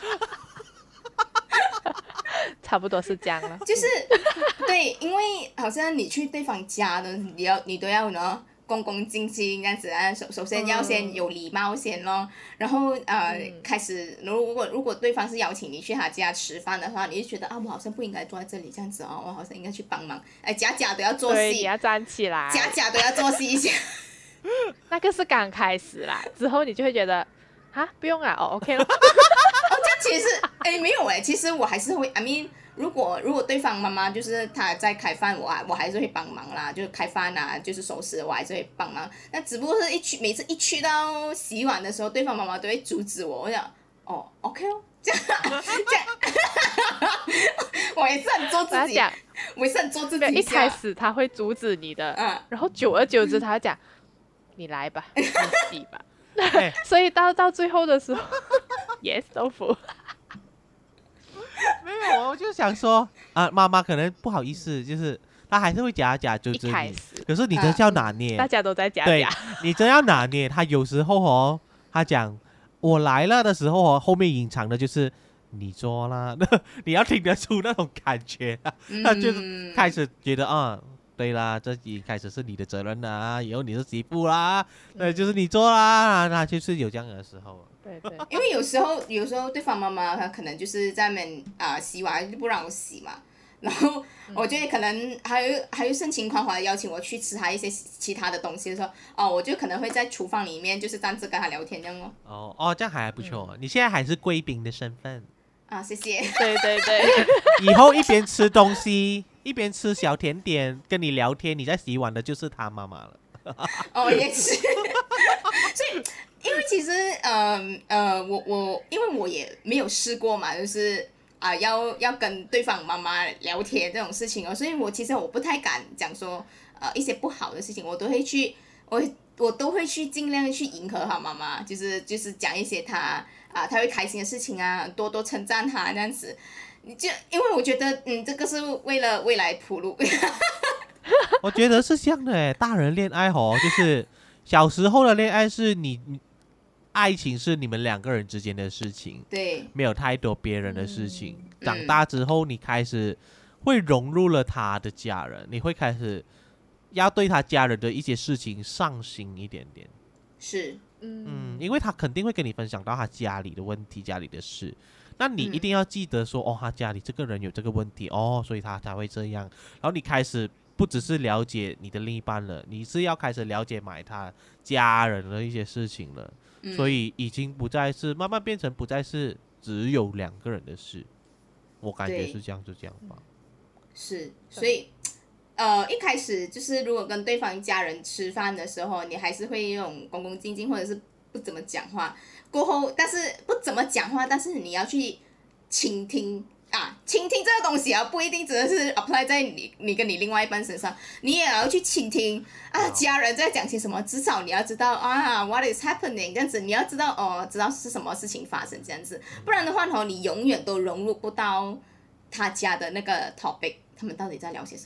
差不多是这样了。 就是对，因为好像你去对方家呢，你要你都要呢。恭恭敬敬这样子啊，首首先要先有礼貌先咯，然后呃、嗯、开始，如果如果对方是邀请你去他家吃饭的话，你就觉得啊，我好像不应该坐在这里这样子哦，我好像应该去帮忙，哎，假假都要做戏， 对，你要站起来， 假假都要做戏一下。 那个是刚开始啦，之后你就会觉得啊，不用啊，哦 ，OK 了。哦， 这样其实哎没有哎，其实我还是会 ，I mean。如果如果对方妈妈就是她在开饭，我我还是会帮忙啦，就是开饭啊，就是收拾我还是会帮忙。那只不过是一去每次一去到洗碗的时候，对方妈妈都会阻止我。我想，哦 ，OK 哦，这样这样，我也是很做自己，我也是很做自己。 一开始他会阻止你的，嗯，然后久而久之他会讲，你来吧，你洗吧。所以到到最后的时候，yes 豆腐。 没有，我就想说啊，妈妈可能不好意思，就是她还是会假假阻止你，可是你真要拿捏、 啊，大家都在假假， 对，你真要拿捏。她有时候哦，她讲我来了的时候哦，后面隐藏的就是你做啦，你要听得出那种感觉，她、嗯、就是开始觉得啊。对啦，这一开始是你的责任啦，以后你是媳妇啦，对、嗯，就是你做啦，那就是有这样的时候。 对对， 因为有时候有时候对方妈妈她可能就是在那边啊、呃、洗碗就不让我洗嘛，然后我觉得可能还有还有盛情款款的邀请我去吃她一些其他的东西的时候，哦，我就可能会在厨房里面就是站着跟她聊天这样哦。 哦哦，这样还不错、嗯，你现在还是贵宾的身份。 啊，谢谢。 对对对， 以后一边吃东西一边吃小甜点跟你聊天，你在洗碗的就是他妈妈了。 哦，也是。所以因为其实呃呃我我因为我也没有试过嘛，就是啊、呃、要要跟对方妈妈聊天这种事情哦，所以我其实我不太敢讲说呃一些不好的事情，我都会去我我都会去尽量去迎合他妈妈，就是就是讲一些他啊他会开心的事情啊，多多称赞他这样子。就因为我觉得，嗯，这个是为了未来铺路。 我觉得是这样的诶，大人恋爱哦，就是小时候的恋爱是你，爱情是你们两个人之间的事情， 对， 没有太多别人的事情。 嗯、 长大之后，你开始会融入了他的家人，你会开始要对他家人的一些事情上心一点点。 是， 嗯，因为他肯定会跟你分享到他家里的问题、家里的事。那你一定要记得说、嗯、哦，他家里这个人有这个问题哦，所以他才会这样。然后你开始不只是了解你的另一半了，你是要开始了解买他家人的一些事情了、嗯、所以已经不再是慢慢变成不再是只有两个人的事，我感觉是这样，就这样吧。 是，所以呃，一开始就是如果跟对方家人吃饭的时候，你还是会用恭恭敬敬或者是不怎么讲话。过后，但是不怎么讲话，但是你要去倾听啊，倾听这个东西啊，不一定真的是 apply 在你你跟你另外一半身上，你也要去倾听啊，家人在讲些什么，至少你要知道啊 ，what is happening 这样子，你要知道哦，知道是什么事情发生这样子，不然的话呢，你永远都融入不到他家的那个 topic， 他们到底在聊些什么。 嗯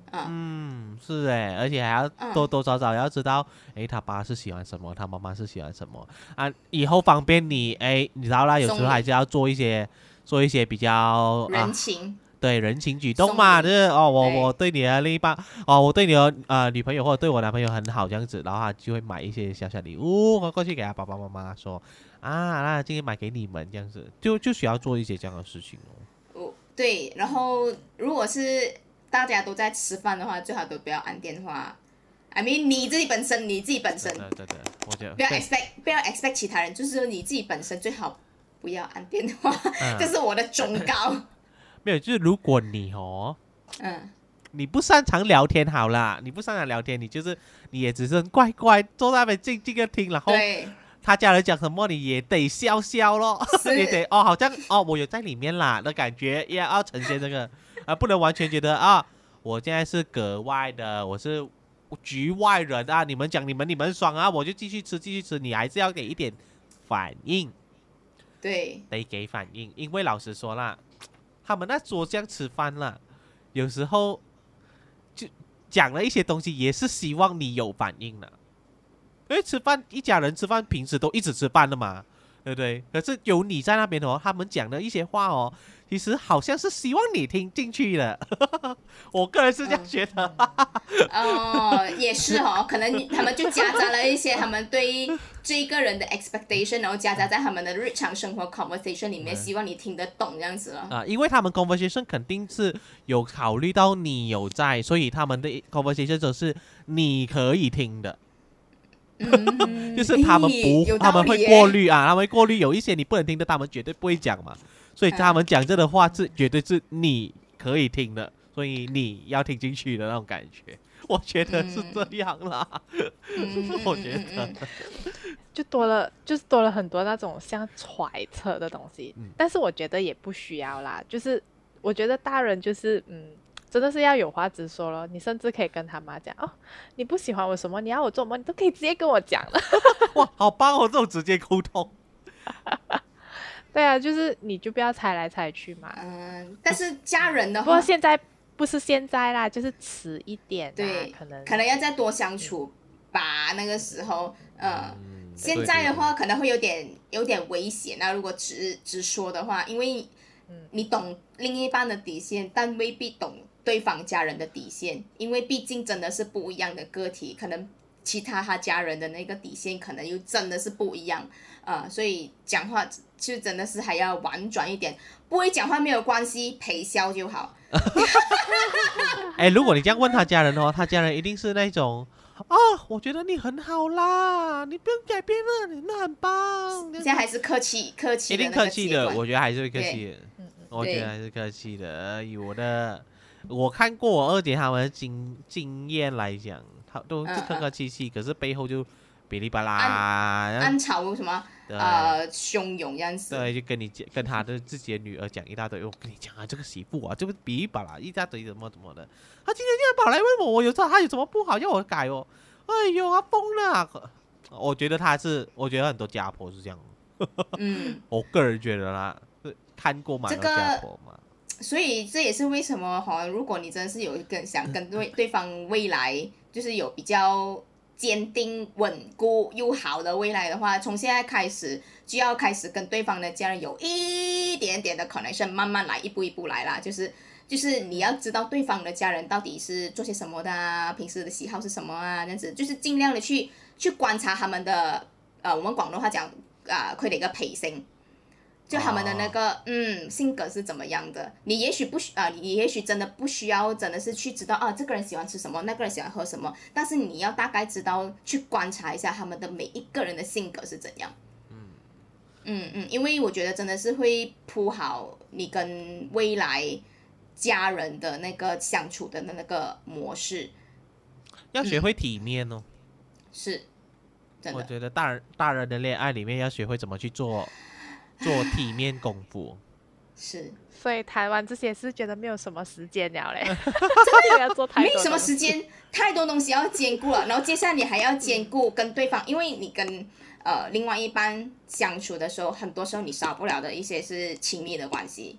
嗯，是哎，而且还要多多少少要知道，哎，他爸是喜欢什么，他妈妈是喜欢什么啊，以后方便你，哎，你知道啦，有时候还是要做一些做一些比较人情。 啊对人情举动嘛，就是哦，我我对你的另一半，哦，我对你的呃女朋友或者对我男朋友很好这样子，然后他就会买一些小小礼物，我过去给他爸爸妈妈说啊，那今天买给你们这样子，就就需要做一些这样的事情哦。 哦，对，然后如果是大家都在吃饭的话，最好都不要按电话。I mean 你自己本身，你自己本身， 对对对，我觉得不要 expect 不要 expect 其他人，就是你自己本身最好不要按电话，嗯、这是我的忠告。 没有，就是如果你哦， 嗯， 你不擅长聊天好啦，你不擅长聊天，你就是你也只是乖乖坐在那边静静的听，然后他家人讲什么你也得笑笑咯，你得哦，好像哦我有在里面啦的感觉，也要呈现这个啊，不能完全觉得啊，我现在是格外的，我是局外人啊，你们讲你们你们爽啊，我就继续吃继续吃，你还是要给一点反应， 对， 得给反应，因为老实说啦。他们那桌这吃饭啦，有时候就讲了一些东西，也是希望你有反应的。因为吃饭一家人吃饭，平时都一直吃饭的嘛，对不对？可是有你在那边哦，他们讲的一些话哦，其实好像是希望你听进去的。我个人是这样觉得。 哦，也是哦，可能他们就夹杂了一些他们对这一个人的 expectation， 然后夹杂在他们的日常生活 conversation 里面，希望你听得懂这样子了。 啊、呃，因为他们 conversation 肯定是有考虑到你有在，所以他们的 conversation 都是你可以听的。 嗯， 就是他们不，他们会过滤啊，他们会过滤有一些你不能听的，他们绝对不会讲嘛。所以他们讲这的话是绝对是你可以听的，所以你要听进去的那种感觉。我觉得是这样啦，嗯、我觉得就多了，就是多了很多那种像揣测的东西。嗯、但是我觉得也不需要啦，就是我觉得大人就是嗯。真的是要有话直说了，你甚至可以跟他妈讲哦，你不喜欢我什么，你要我做什么，你都可以直接跟我讲了。 哇，好棒哦，这种直接沟通。 对啊，就是你就不要猜来猜去嘛。 嗯，但是家人的话， 不过现在不是现在啦，就是迟一点、啊， 对， 可能可能要再多相处吧。那个时候，呃、嗯，现在的话可能会有点有点危险啊。如果直直说的话，因为你懂另一半的底线，但未必懂对方家人的底线，因为毕竟真的是不一样的个体，可能其他他家人的那个底线可能又真的是不一样，呃，所以讲话就真的是还要婉转一点，不会讲话没有关系，陪笑就好。 哎，如果你这样问他家人哦，他家人一定是那种啊，我觉得你很好啦，你不用改变了，你那很棒。 现在还是客气客气的， 一定客气的，我觉得还是会客气的，我觉得还是客气的。以我的。我看过我二姐他们的经经验来讲，他都是客客气气，嗯嗯、可是背后就哔哩吧啦， 暗潮什么呃汹涌样子。 对，就跟你讲，跟他的自己的女儿讲一大堆。我跟你讲啊，这个媳妇啊，这个哔哩吧啦一大堆怎么怎么的。他今天竟然跑来问我，我有时候他有什么不好要我改哦。哎呦，他疯了、啊！我觉得他是，我觉得很多家婆是这样。嗯，我个人觉得啦，看过蛮多家婆嘛。 所以这也是为什么哈，如果你真的是有一个想跟对对方未来就是有比较坚定、稳固又好的未来的话，从现在开始就要开始跟对方的家人有一点点的 connection， 慢慢来，一步一步来啦。就是就是你要知道对方的家人到底是做些什么的啊，平时的喜好是什么啊，这样子就是尽量的去去观察他们的呃，我们广东话讲啊，佢哋嘅脾性。就他们的那个、哦、嗯性格是怎么样的，你也许不需啊、呃，你也许真的不需要真的是去知道啊，这个人喜欢吃什么，那个人喜欢喝什么，但是你要大概知道去观察一下他们的每一个人的性格是怎样。嗯嗯嗯，因为我觉得真的是会铺好你跟未来家人的那个相处的那个模式， 要学会体面哦。嗯、 是，真的。 我觉得大人大人的恋爱里面要学会怎么去做。做体面功夫是， 所以台湾这些是觉得没有什么时间了嘞，真的要做太多， 没什么时间，太多东西要兼顾了。然后接下来你还要兼顾跟对方，因为你跟呃另外一半相处的时候，很多时候你少不了的一些是亲密的关系，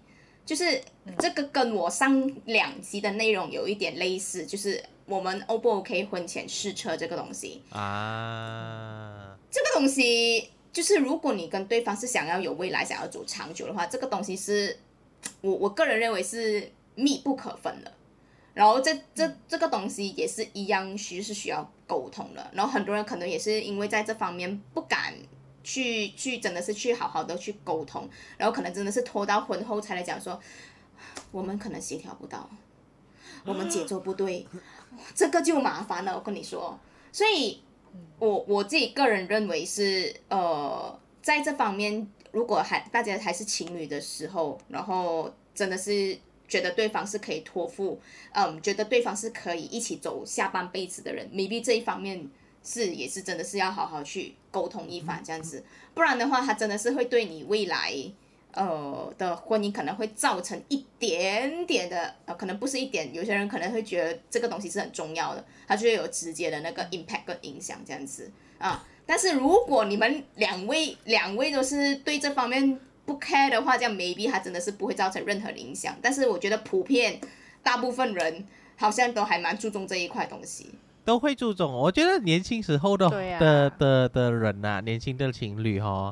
就是这个跟我上两集的内容有一点类似，就是我们 O 不 OK 婚前试车这个东西啊， 这个东西就是如果你跟对方是想要有未来、想要走长久的话，这个东西是我我个人认为是密不可分的。然后这这这个东西也是一样，需是需要沟通的。然后很多人可能也是因为在这方面不敢去去真的是去好好的去沟通，然后可能真的是拖到婚后才来讲说，我们可能协调不到，我们节奏不对，这个就麻烦了。我跟你说，所以我我自己个人认为是呃，在这方面，如果还大家还是情侣的时候，然后真的是觉得对方是可以托付，嗯，觉得对方是可以一起走下半辈子的人 ，maybe 这一方面是也是真的是要好好去沟通一番这样子，不然的话，他真的是会对你未来呃的婚姻可能会造成一点点的呃，可能不是一点，有些人可能会觉得这个东西是很重要的，他就会有直接的那个 impact 跟影响这样子啊。但是如果你们两位两位都是对这方面不 care 的话，这样 maybe 它真的是不会造成任何影响。但是我觉得普遍大部分人好像都还蛮注重这一块东西， 都会注重。我觉得年轻时候的、 啊、 的的的人呐、啊，年轻的情侣哈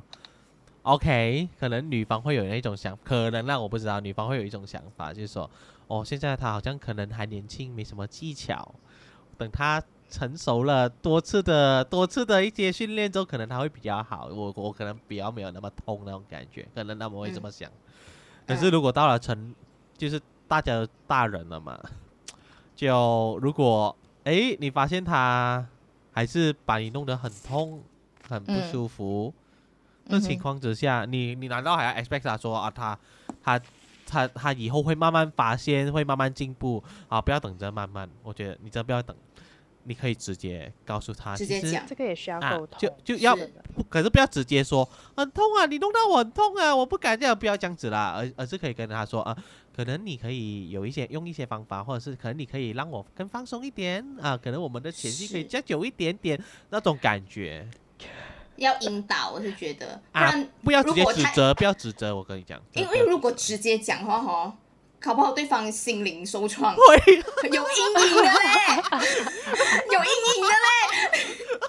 ，OK， 可能女方会有那种想，可能让我不知道，女方会有一种想法，就是说，哦，现在他好像可能还年轻，没什么技巧，等他成熟了，多次的多次的一些训练之后，可能他会比较好。我我可能比较没有那么痛那种感觉，可能他们会这么想。嗯、可是如果到了成，就是大家都大人了嘛，就如果哎你发现他还是把你弄得很痛、很不舒服，这、嗯、情况之下，你你难道还要 expect 他说啊他他他他以后会慢慢发现，会慢慢进步啊？不要等着慢慢，我觉得你真的不要等。你可以直接告诉他， 直接讲， 这个也需要沟通， 啊、就就要，可是不要直接说很痛啊，你弄到我很痛啊，我不敢这样，不要这样子啦，而而是可以跟他说啊，可能你可以有一些用一些方法，或者是可能你可以让我更放松一点啊，可能我们的前戏可以加久一点点那种感觉， 要引导，我是觉得，不然、 啊、不要直接指责，不要指责，我跟你讲， 因为如果直接讲的话哈。搞不好对方心灵受创， 会有阴影的嘞，有阴影的嘞，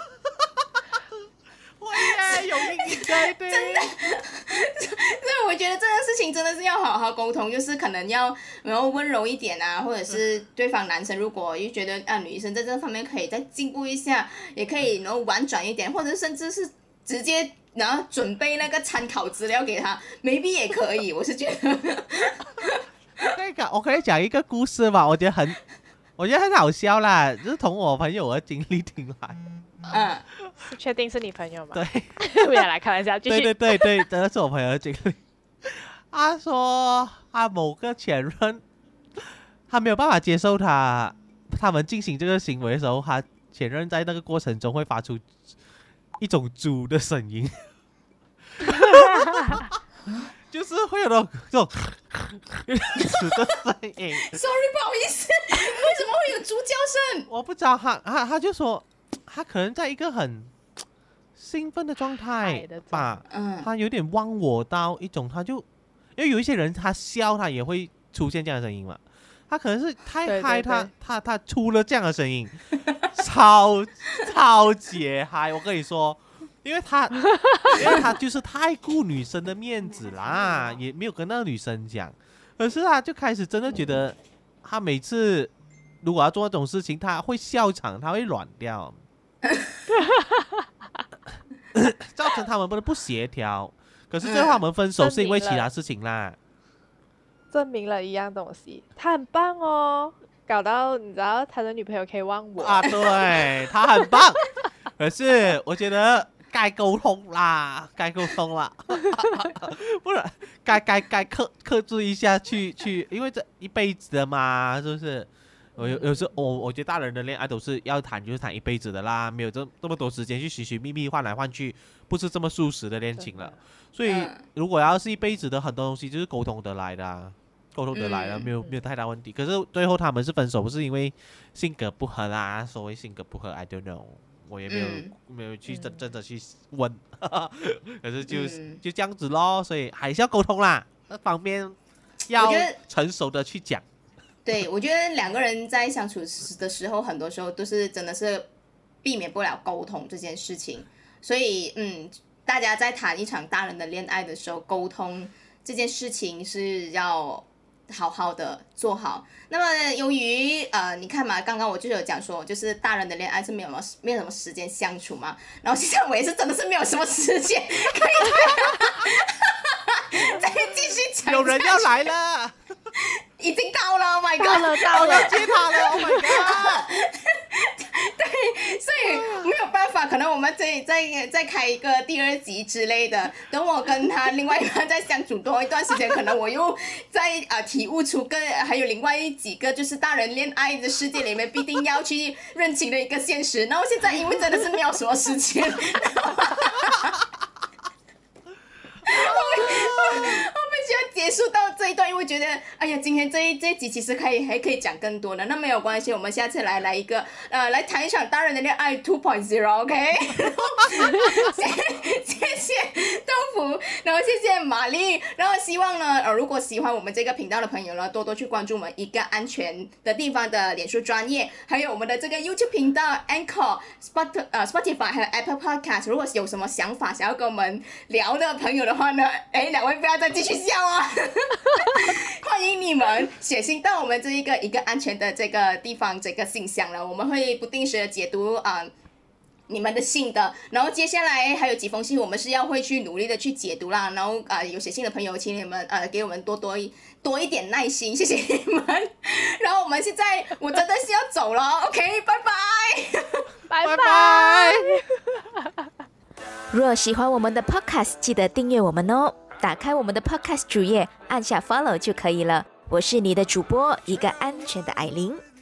会耶，有阴影的，对， 真的。所以我觉得这个事情真的是要好好沟通，就是可能要然后温柔一点啊，或者是对方男生如果又觉得啊女生在这方面可以再进步一下，也可以然后婉转一点，或者甚至是直接然后准备那个参考资料给他 ，maybe 也可以，我是觉得。 我可以讲，我可以讲一个故事吧，我觉得很，我觉得很好笑啦，就是从我朋友的经历听来。 嗯， 确定是你朋友吗？ 对， 不要来开玩笑，继续。 对对对对，真的是我朋友的经历。他说他某个前任，他没有办法接受他他们进行这个行为的时候，他前任在那个过程中会发出一种猪的声音。就是会有那种这种死的声音。 Sorry， 不好意思，为什么会有猪叫声？ 我不知道，他他他就说，他可能在一个很兴奋的状态吧，嗯，他有点忘我到一种，他就因为有一些人他笑他也会出现这样的声音嘛，他可能是太嗨，他他他出了这样的声音，超超级嗨，我跟你说。因为他，因为他就是太顾女生的面子啦，也没有跟那个女生讲，可是他就开始真的觉得，他每次如果要做那种事情，他会笑场，他会软掉，造成他们不不协调。可是最后他们分手是因为其他事情啦， 证明了一样东西，他很棒哦，搞到你知道他的女朋友可以忘我啊，对他很棒，可是我觉得。该沟通啦，该沟通啦，不然该该该克克制一下去去，因为这一辈子的嘛，是不是？我有有时我我觉得大人的恋爱都是要谈就是谈一辈子的啦，没有这这么多时间去寻寻觅觅换来换去，不是这么速食的恋情了。所以如果要是一辈子的，很多东西就是沟通得来的、啊，沟通得来的，没有没有太大问题。可是最后他们是分手，不是因为性格不合啦，所谓性格不合 ，I don't know。我也没有、嗯、没有去真真的去问，可是就、嗯、就这样子咯，所以还是要沟通啦。那方面要我觉得成熟的去讲。 对，我觉得两个人在相处的时候，很多时候都是真的是避免不了沟通这件事情。所以，嗯，大家在谈一场大人的恋爱的时候，沟通这件事情是要好好的做好。那么，由于呃，你看嘛，刚刚我就有讲说，就是大人的恋爱是没有没有什么时间相处嘛。然后现在我也是真的是没有什么时间可以再继续讲。 有人要来了。 已经到了 ，Oh my god， 到了到了， 接他了 ，Oh my god！ 对，所以没有办法，可能我们再再再开一个第二集之类的。等我跟他另外一半再相处多一段时间，可能我又再呃体悟出更还有另外几个就是大人恋爱的世界里面必定要去认清的一个现实。然后现在因为真的是没有什么时间。需要结束到这一段，因为觉得哎呀，今天这一这一集其实可以还可以讲更多的，那没有关系，我们下次来来一个呃，来谈一场大人的恋爱 二点零 ，OK？ 谢谢豆腐，然后谢谢玛丽，然后希望呢，呃，如果喜欢我们这个频道的朋友呢，多多去关注我们一个安全的地方的脸书专页，还有我们的这个 YouTube 频道 Anchor、Spot 呃 Spotify 还有 Apple Podcast。如果有什么想法想要跟我们聊的朋友的话呢，哎，两位不要再继续笑。欢迎你们写信到我们这一个一个安全的这个地方这个信箱了，我们会不定时的解读啊、呃、你们的信的。然后接下来还有几封信，我们是要会去努力的去解读啦。然后啊、呃、有写信的朋友，请你们呃给我们多多多一点耐心，谢谢你们。然后我们现在我真的是要走了 ，OK， 拜拜， 拜拜。 若喜欢我们的 Podcast， 记得订阅我们哦。打开我们的 Podcast 主页，按下 Follow 就可以了。我是你的主播，一个安全的艾琳。